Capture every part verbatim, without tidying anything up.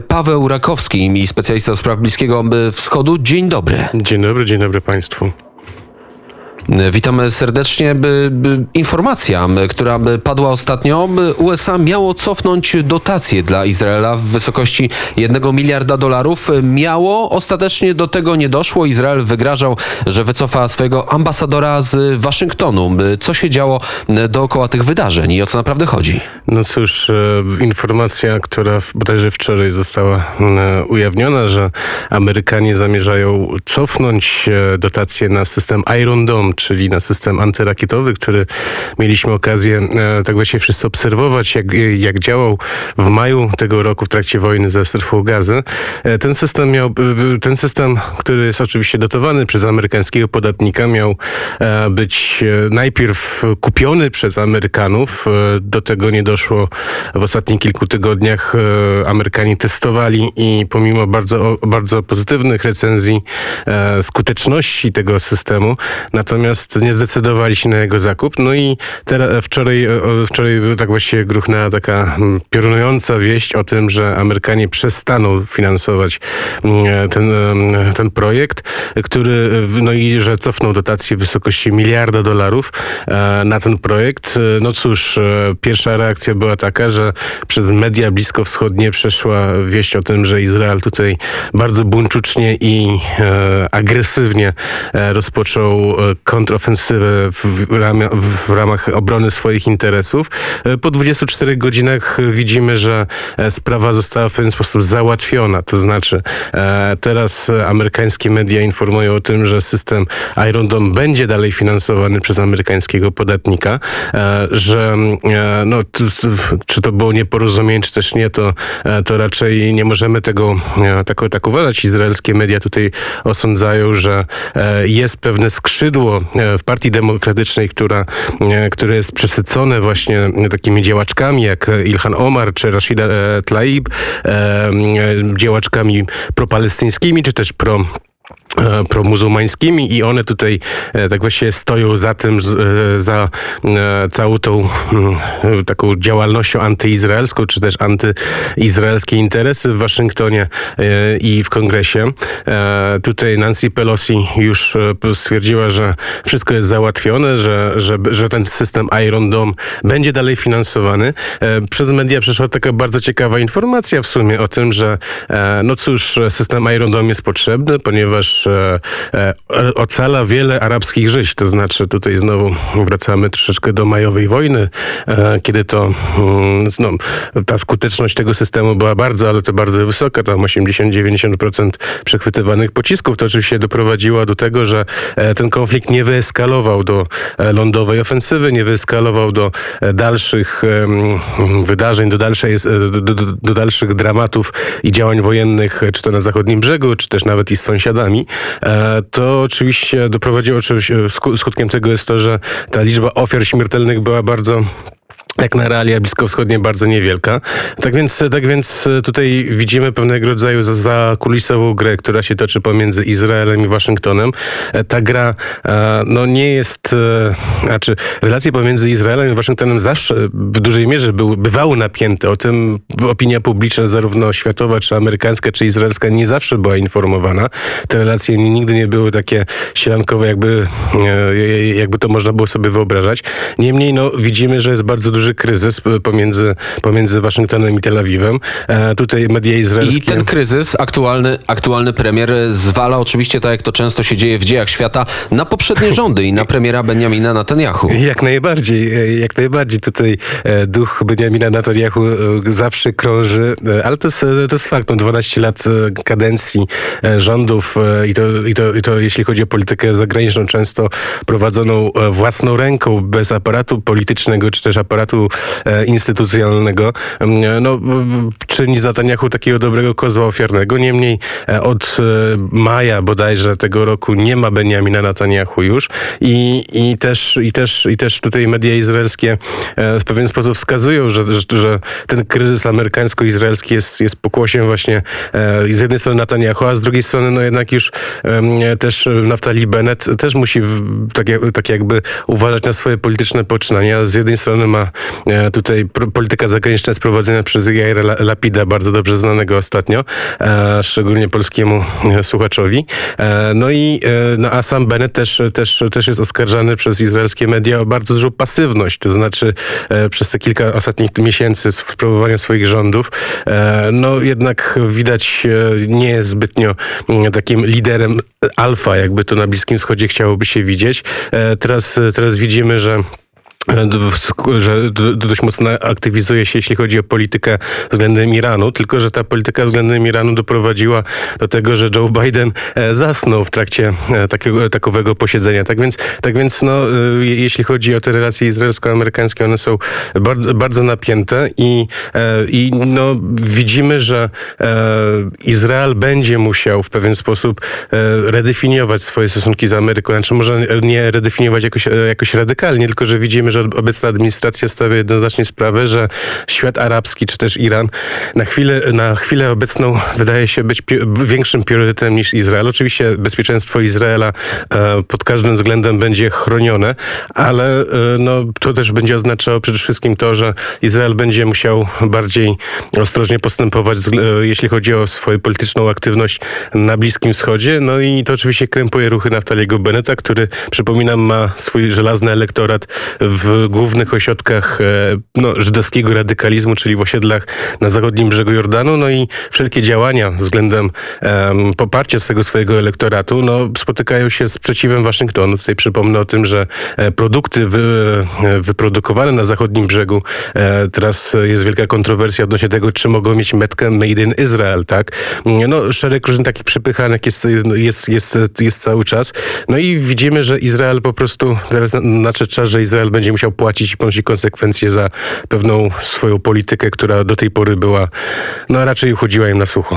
Paweł Rakowski, specjalista do spraw Bliskiego Wschodu. Dzień dobry. Dzień dobry, dzień dobry państwu. Witamy serdecznie. Informacja, która padła ostatnio. U S A miało cofnąć dotacje dla Izraela w wysokości jednego miliarda dolarów. Miało, ostatecznie do tego nie doszło. Izrael wygrażał, że wycofa swojego ambasadora z Waszyngtonu. Co się działo dookoła tych wydarzeń i o co naprawdę chodzi? No cóż, informacja, która bodajże wczoraj została ujawniona, że Amerykanie zamierzają cofnąć dotacje na system Iron Dome, czyli na system antyrakietowy, który mieliśmy okazję e, tak właśnie wszyscy obserwować, jak, jak działał w maju tego roku w trakcie wojny ze strefą Gazy. E, ten system miał, e, ten system, który jest oczywiście dotowany przez amerykańskiego podatnika, miał e, być e, najpierw kupiony przez Amerykanów. E, do tego nie doszło w ostatnich kilku tygodniach. E, Amerykanie testowali i pomimo bardzo, bardzo pozytywnych recenzji e, skuteczności tego systemu, natomiast nie zdecydowali się na jego zakup. No i teraz, wczoraj, wczoraj tak właściwie gruchnęła taka piorunująca wieść o tym, że Amerykanie przestaną finansować ten, ten projekt, który, no i że cofną dotację w wysokości miliarda dolarów na ten projekt. No cóż, pierwsza reakcja była taka, że przez media bliskowschodnie przeszła wieść o tym, że Izrael tutaj bardzo buńczucznie i agresywnie rozpoczął kontrofensywę w, ramach, w ramach obrony swoich interesów. Po dwudziestu czterech godzinach widzimy, że sprawa została w pewien sposób załatwiona. To znaczy teraz amerykańskie media informują o tym, że system Iron Dome będzie dalej finansowany przez amerykańskiego podatnika, że no, t, t, czy to było nieporozumienie, czy też nie, to, to raczej nie możemy tego tak, tak uważać. Izraelskie media tutaj osądzają, że jest pewne skrzydło w Partii Demokratycznej, która, które jest przesycone właśnie takimi działaczkami jak Ilhan Omar czy Rashida Tlaib, działaczkami propalestyńskimi czy też pro promuzułmańskimi i one tutaj tak właśnie stoją za tym, za całą tą taką działalnością antyizraelską, czy też antyizraelskie interesy w Waszyngtonie i w Kongresie. Tutaj Nancy Pelosi już stwierdziła, że wszystko jest załatwione, że, że, że ten system Iron Dome będzie dalej finansowany. Przez media przeszła taka bardzo ciekawa informacja w sumie o tym, że no cóż, system Iron Dome jest potrzebny, ponieważ ocala wiele arabskich żyć. To znaczy tutaj znowu wracamy troszeczkę do majowej wojny, kiedy to no, ta skuteczność tego systemu była bardzo, ale to bardzo wysoka, tam osiemdziesiąt do dziewięćdziesięciu procent przechwytywanych pocisków. To oczywiście doprowadziło do tego, że ten konflikt nie wyeskalował do lądowej ofensywy, nie wyeskalował do dalszych wydarzeń, do, dalszej, do, do, do dalszych dramatów i działań wojennych, czy to na zachodnim brzegu, czy też nawet i z sąsiadami. To oczywiście doprowadziło, oczywiście skutkiem tego jest to, że ta liczba ofiar śmiertelnych była bardzo, jak na realia bliskowschodnie, bardzo niewielka. Tak więc, tak więc tutaj widzimy pewnego rodzaju zakulisową grę, która się toczy pomiędzy Izraelem i Waszyngtonem. Ta gra no nie jest, znaczy relacje pomiędzy Izraelem i Waszyngtonem zawsze w dużej mierze były, bywały napięte. O tym opinia publiczna, zarówno światowa, czy amerykańska, czy izraelska, nie zawsze była informowana. Te relacje nigdy nie były takie sielankowe, jakby, jakby to można było sobie wyobrażać. Niemniej no, widzimy, że jest bardzo duży kryzys pomiędzy, pomiędzy Waszyngtonem i Tel Awiwem. E, tutaj media izraelskie... I ten kryzys, aktualny, aktualny premier zwala oczywiście, tak jak to często się dzieje w dziejach świata, na poprzednie rządy i na premiera Benjamina Netanyahu. Jak najbardziej, jak najbardziej tutaj duch Benjamina Netanyahu zawsze krąży, ale to jest, to jest fakt. No, dwanaście lat kadencji rządów i to, i, to, i to jeśli chodzi o politykę zagraniczną, często prowadzoną własną ręką, bez aparatu politycznego, czy też aparatu instytucjonalnego, no, czyni z Netanyahu takiego dobrego kozła ofiarnego. Niemniej od maja bodajże tego roku nie ma Benjamina Netanyahu już i, i, też, i, też, i też tutaj media izraelskie w pewien sposób wskazują, że, że, że ten kryzys amerykańsko-izraelski jest, jest pokłosiem właśnie z jednej strony Netanyahu, a z drugiej strony no jednak już też Naftali Bennett też musi tak, tak jakby uważać na swoje polityczne poczynania. Z jednej strony ma tutaj polityka zagraniczna jest prowadzona przez Jaira Lapida, bardzo dobrze znanego ostatnio, szczególnie polskiemu słuchaczowi. No i no, a sam Bennett też, też, też jest oskarżany przez izraelskie media o bardzo dużą pasywność, to znaczy przez te kilka ostatnich miesięcy sprawowania swoich rządów, no jednak widać nie jest zbytnio takim liderem alfa, jakby to na Bliskim Wschodzie chciałoby się widzieć. Teraz, teraz widzimy, że że dość mocno aktywizuje się, jeśli chodzi o politykę względem Iranu, tylko że ta polityka względem Iranu doprowadziła do tego, że Joe Biden zasnął w trakcie takiego, takowego posiedzenia. Tak więc, tak więc no, jeśli chodzi o te relacje izraelsko-amerykańskie, one są bardzo, bardzo napięte i, i no, widzimy, że Izrael będzie musiał w pewien sposób redefiniować swoje stosunki z Ameryką. Znaczy może nie redefiniować jakoś, jakoś radykalnie, tylko że widzimy, że obecna administracja stawia jednoznacznie sprawę, że świat arabski czy też Iran na chwilę, na chwilę obecną wydaje się być pi- większym priorytetem niż Izrael. Oczywiście bezpieczeństwo Izraela e, pod każdym względem będzie chronione, ale e, no, to też będzie oznaczało przede wszystkim to, że Izrael będzie musiał bardziej ostrożnie postępować, e, jeśli chodzi o swoją polityczną aktywność na Bliskim Wschodzie. No i to oczywiście krępuje ruchy Naftaliego Bennetta, który, przypominam, ma swój żelazny elektorat w głównych ośrodkach no, żydowskiego radykalizmu, czyli w osiedlach na zachodnim brzegu Jordanu. No i wszelkie działania względem um, poparcia z tego swojego elektoratu no, spotykają się z sprzeciwem Waszyngtonu. Tutaj przypomnę o tym, że produkty wy, wyprodukowane na zachodnim brzegu, e, teraz jest wielka kontrowersja odnośnie tego, czy mogą mieć metkę Made in Israel, tak? No, szereg różnych takich przypychanek jest, jest, jest, jest cały czas. No i widzimy, że Izrael po prostu, teraz nadszedł czas, że Izrael będzie musiał płacić i ponosić konsekwencje za pewną swoją politykę, która do tej pory była, no raczej uchodziła im na sucho.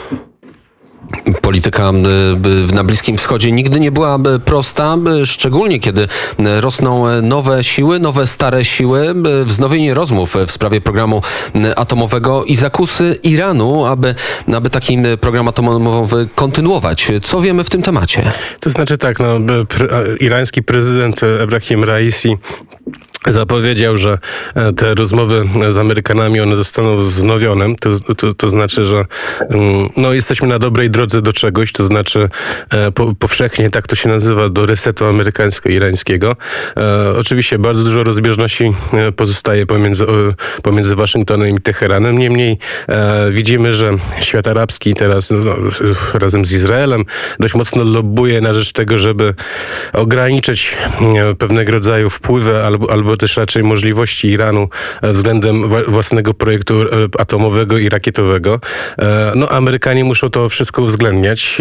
Polityka na Bliskim Wschodzie nigdy nie była prosta, szczególnie kiedy rosną nowe siły, nowe stare siły, wznowienie rozmów w sprawie programu atomowego i zakusy Iranu, aby, aby taki program atomowy kontynuować. Co wiemy w tym temacie? To znaczy tak, no, pre, irański prezydent Ebrahim Raisi zapowiedział, że te rozmowy z Amerykanami, one zostaną wznowione. To, to, to znaczy, że no, jesteśmy na dobrej drodze do czegoś, to znaczy po, powszechnie, tak to się nazywa, do resetu amerykańsko-irańskiego. E, oczywiście bardzo dużo rozbieżności pozostaje pomiędzy, pomiędzy Waszyngtonem i Teheranem. Niemniej e, widzimy, że świat arabski teraz no, razem z Izraelem dość mocno lobbuje na rzecz tego, żeby ograniczyć pewnego rodzaju wpływy albo, albo też raczej możliwości Iranu względem własnego projektu atomowego i rakietowego. No, Amerykanie muszą to wszystko uwzględniać.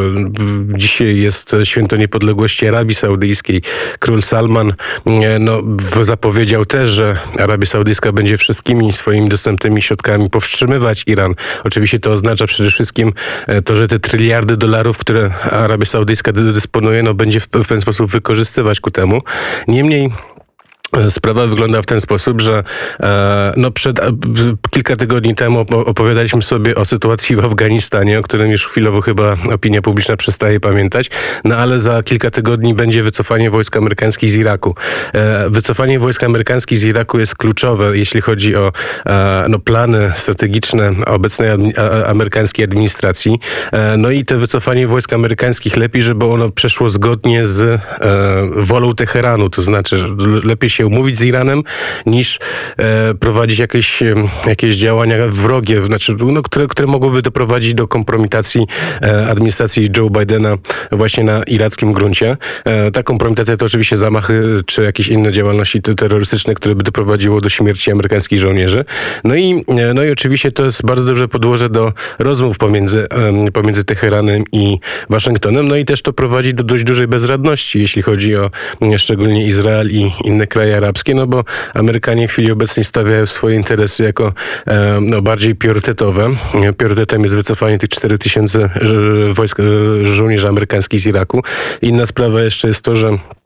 Dzisiaj jest święto niepodległości Arabii Saudyjskiej. Król Salman no, zapowiedział też, że Arabia Saudyjska będzie wszystkimi swoimi dostępnymi środkami powstrzymywać Iran. Oczywiście to oznacza przede wszystkim to, że te tryliardy dolarów, które Arabia Saudyjska dysponuje, no, będzie w pewien sposób wykorzystywać ku temu. Niemniej sprawa wygląda w ten sposób, że e, no przed, e, kilka tygodni temu opowiadaliśmy sobie o sytuacji w Afganistanie, o którym już chwilowo chyba opinia publiczna przestaje pamiętać, no ale za kilka tygodni będzie wycofanie wojsk amerykańskich z Iraku. E, wycofanie wojsk amerykańskich z Iraku jest kluczowe, jeśli chodzi o e, no, plany strategiczne obecnej admi- a, amerykańskiej administracji. E, no i te wycofanie wojsk amerykańskich lepiej, żeby ono przeszło zgodnie z e, wolą Teheranu, to znaczy, że lepiej się umówić z Iranem, niż e, prowadzić jakieś, e, jakieś działania wrogie, znaczy, no, które, które mogłyby doprowadzić do kompromitacji e, administracji Joe Bidena właśnie na irackim gruncie. E, ta kompromitacja to oczywiście zamachy czy jakieś inne działalności terrorystyczne, które by doprowadziło do śmierci amerykańskich żołnierzy. No i, e, no i oczywiście to jest bardzo dobrze podłoże do rozmów pomiędzy, e, pomiędzy Teheranem i Waszyngtonem. No i też to prowadzi do dość dużej bezradności, jeśli chodzi o e, szczególnie Izrael i inne kraje arabskie, no bo Amerykanie w chwili obecnej stawiają swoje interesy jako e, no, bardziej priorytetowe. Priorytetem jest wycofanie tych cztery tysiące wojsk, żołnierzy amerykańskich z Iraku. Inna sprawa jeszcze jest to, że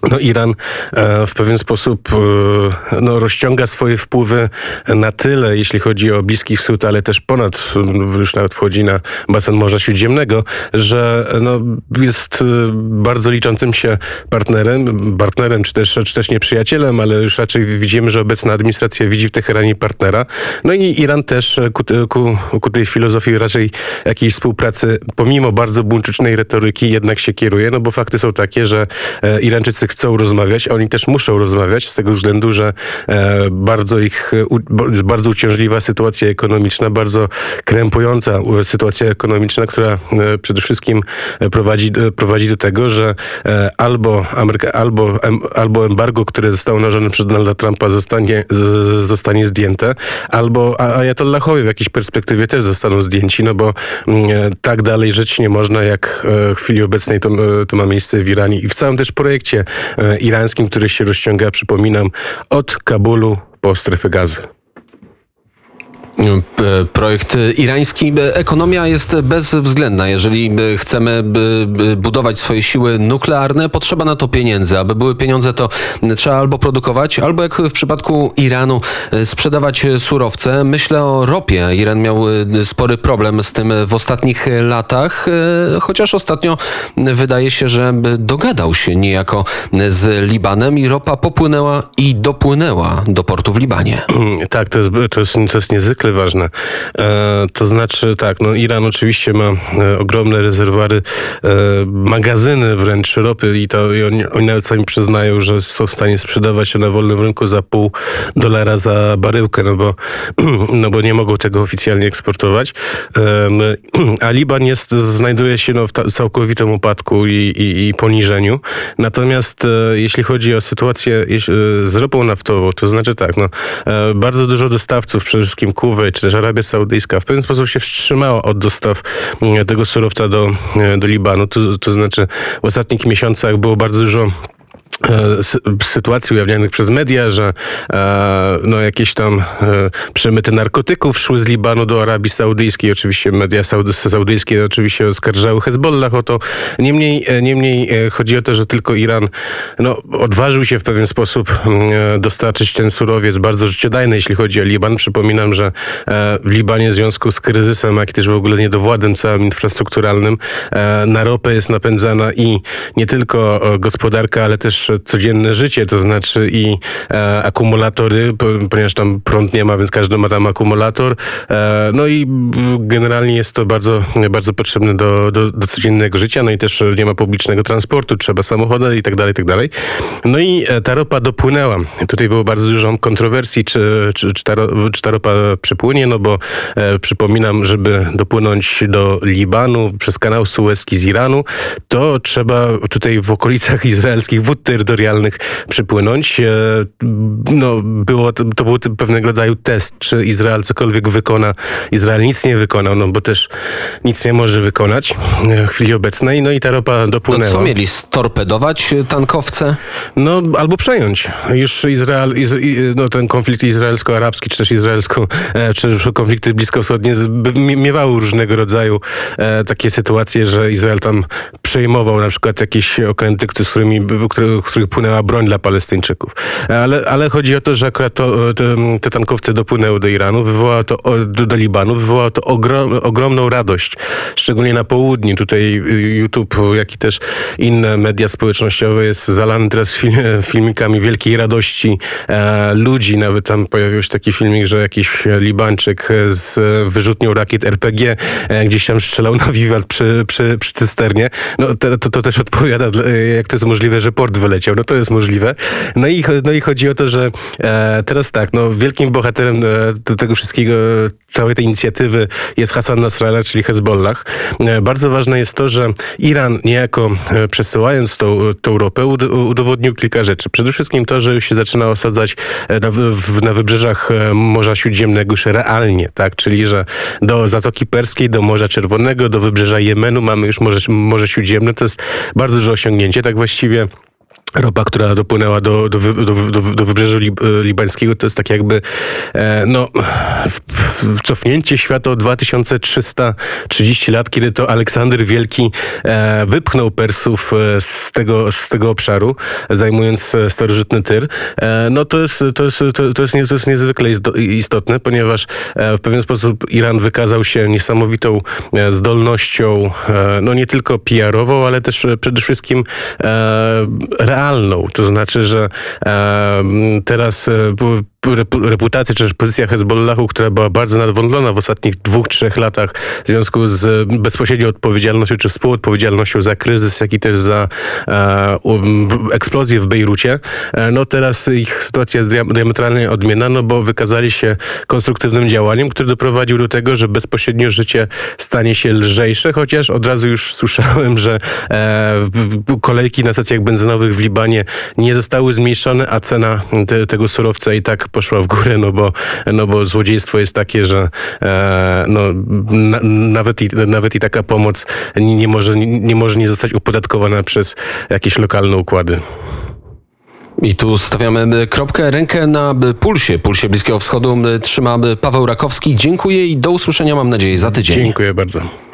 no Iran w pewien sposób no, rozciąga swoje wpływy na tyle, jeśli chodzi o Bliski Wschód, ale też ponad, już nawet wchodzi na basen Morza Śródziemnego, że no, jest bardzo liczącym się partnerem, partnerem czy też, czy też nieprzyjacielem, ale już raczej widzimy, że obecna administracja widzi w Teheranie partnera. No i Iran też ku, ku, ku tej filozofii raczej jakiejś współpracy, pomimo bardzo buńczucznej retoryki, jednak się kieruje, no bo fakty są takie, że Irańczycy chcą rozmawiać, oni też muszą rozmawiać z tego względu, że e, bardzo ich, u, bardzo uciążliwa sytuacja ekonomiczna, bardzo krępująca sytuacja ekonomiczna, która e, przede wszystkim prowadzi, prowadzi do tego, że e, albo, Ameryka, albo, em, albo embargo, które zostało nałożone przez Donalda Trumpa zostanie, z, zostanie zdjęte, albo ajatollahowie w jakiejś perspektywie też zostaną zdjęci, no bo e, tak dalej żyć nie można, jak e, w chwili obecnej to, to ma miejsce w Iranie i w całym też projekcie irańskim, który się rozciąga, przypominam, od Kabulu po strefę Gazy. Projekt irański. Ekonomia jest bezwzględna. Jeżeli chcemy budować swoje siły nuklearne, potrzeba na to pieniędzy. Aby były pieniądze, to trzeba albo produkować, albo jak w przypadku Iranu sprzedawać surowce. Myślę o ropie. Iran miał spory problem z tym w ostatnich latach, chociaż ostatnio wydaje się, że dogadał się niejako z Libanem i ropa popłynęła i dopłynęła do portu w Libanie. Tak, to jest, to jest, to jest niezwykle ważne. E, to znaczy tak, no Iran oczywiście ma e, ogromne rezerwuary, e, magazyny wręcz ropy i to i oni, oni nawet sami przyznają, że są w stanie sprzedawać się na wolnym rynku za pół dolara za baryłkę, no bo, no bo nie mogą tego oficjalnie eksportować. E, a Liban jest, znajduje się no, w ta, całkowitym upadku i, i, i poniżeniu. Natomiast e, jeśli chodzi o sytuację jeśli, e, z ropą naftową, to znaczy tak, no, e, bardzo dużo dostawców, przede wszystkim Kuwait, czy też Arabia Saudyjska w pewien sposób się wstrzymała od dostaw tego surowca do, do Libanu. To, to znaczy w ostatnich miesiącach było bardzo dużo sytuacji ujawnionych przez media, że e, no jakieś tam e, przemyty narkotyków szły z Libanu do Arabii Saudyjskiej. Oczywiście media saudy, saudyjskie oczywiście oskarżały Hezbollah o to. Niemniej, niemniej chodzi o to, że tylko Iran no, odważył się w pewien sposób e, dostarczyć ten surowiec bardzo życiodajny, jeśli chodzi o Liban. Przypominam, że e, w Libanie w związku z kryzysem, jak i też w ogóle niedowładem całym infrastrukturalnym, e, na ropę jest napędzana i nie tylko gospodarka, ale też codzienne życie, to znaczy i e, akumulatory, ponieważ tam prąd nie ma, więc każdy ma tam akumulator. E, no i generalnie jest to bardzo, bardzo potrzebne do, do, do codziennego życia, no i też nie ma publicznego transportu, trzeba samochody i tak dalej, i tak dalej. No i ta ropa dopłynęła. Tutaj było bardzo dużo kontrowersji, czy, czy, czy, ta, czy ta ropa przypłynie, no bo e, przypominam, żeby dopłynąć do Libanu przez kanał Suezki z Iranu, to trzeba tutaj w okolicach izraelskich wód terytorialnych przypłynąć. No, było, to był pewnego rodzaju test, czy Izrael cokolwiek wykona. Izrael nic nie wykonał, no bo też nic nie może wykonać w chwili obecnej. No i ta ropa dopłynęła. To co mieli, storpedować tankowce? No, albo przejąć. Już Izrael, no ten konflikt izraelsko-arabski, czy też izraelsko, czy też konflikty bliskowschodnie miewały różnego rodzaju takie sytuacje, że Izrael tam przejmował na przykład jakieś okręty, z którymi, które, w których płynęła broń dla Palestyńczyków. Ale, ale chodzi o to, że akurat to, te, te tankowce dopłynęły do Iranu, wywołało to, do, do Libanu, wywołało to ogrom, ogromną radość, szczególnie na południu. Tutaj YouTube, jak i też inne media społecznościowe jest zalany teraz film, filmikami wielkiej radości e, ludzi. Nawet tam pojawił się taki filmik, że jakiś Libańczyk z wyrzutnią rakiet R P G e, gdzieś tam strzelał na wiwat przy, przy, przy cysternie. No to, to, to też odpowiada, jak to jest możliwe, że port wyleciał. No to jest możliwe. No i, no i chodzi o to, że e, teraz tak, no wielkim bohaterem e, tego wszystkiego, całej tej inicjatywy jest Hassan Nasrallah, czyli Hezbollah. E, bardzo ważne jest to, że Iran niejako e, przesyłając tą, tą ropę ud, udowodnił kilka rzeczy. Przede wszystkim to, że już się zaczyna osadzać na, w, na wybrzeżach Morza Śródziemnego już realnie, tak? Czyli, że do Zatoki Perskiej, do Morza Czerwonego, do wybrzeża Jemenu mamy już Morze, Morze Śródziemne. To jest bardzo duże osiągnięcie. Tak właściwie ropa, która dopłynęła do, do, do, do, do wybrzeża lib, libańskiego, to jest tak jakby e, no, w, w cofnięcie świata o dwa tysiące trzysta trzydzieści lat, kiedy to Aleksander Wielki e, wypchnął Persów z tego, z tego obszaru, zajmując starożytny Tyr. E, no to jest, to, jest, to, to, jest, to jest niezwykle istotne, ponieważ e, w pewien sposób Iran wykazał się niesamowitą e, zdolnością, e, no nie tylko P R-ową, ale też przede wszystkim e, realną. To znaczy, że e, teraz e, reputacja czy też pozycja Hezbollahu, która była bardzo nadwątlona w ostatnich dwóch, trzech latach w związku z bezpośrednią odpowiedzialnością czy współodpowiedzialnością za kryzys, jak i też za e, um, eksplozję w Bejrucie. E, no teraz ich sytuacja jest diametralnie odmienna, no bo wykazali się konstruktywnym działaniem, który doprowadził do tego, że bezpośrednio życie stanie się lżejsze, chociaż od razu już słyszałem, że e, kolejki na stacjach benzynowych w Libanie nie zostały zmniejszone, a cena te, tego surowca i tak poszła w górę, no bo, no bo złodziejstwo jest takie, że e, no, na, nawet, i, nawet i taka pomoc nie, nie, może, nie, nie może nie zostać opodatkowana przez jakieś lokalne układy. I tu stawiamy kropkę, rękę na pulsie, pulsie Bliskiego Wschodu trzyma Paweł Rakowski. Dziękuję i do usłyszenia, mam nadzieję, za tydzień. Dziękuję bardzo.